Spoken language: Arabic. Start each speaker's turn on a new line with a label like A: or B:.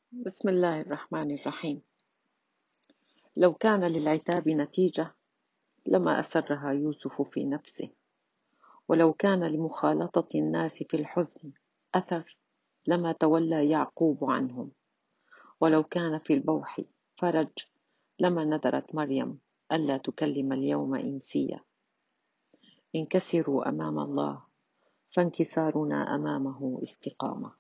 A: بسم الله الرحمن الرحيم. لو كان للعتاب نتيجة لما أسرها يوسف في نفسه، ولو كان لمخالطة الناس في الحزن أثر لما تولى يعقوب عنهم، ولو كان في البوح فرج لما نذرت مريم ألا تكلم اليوم إنسيا. انكسروا أمام الله فانكسارنا أمامه استقامة.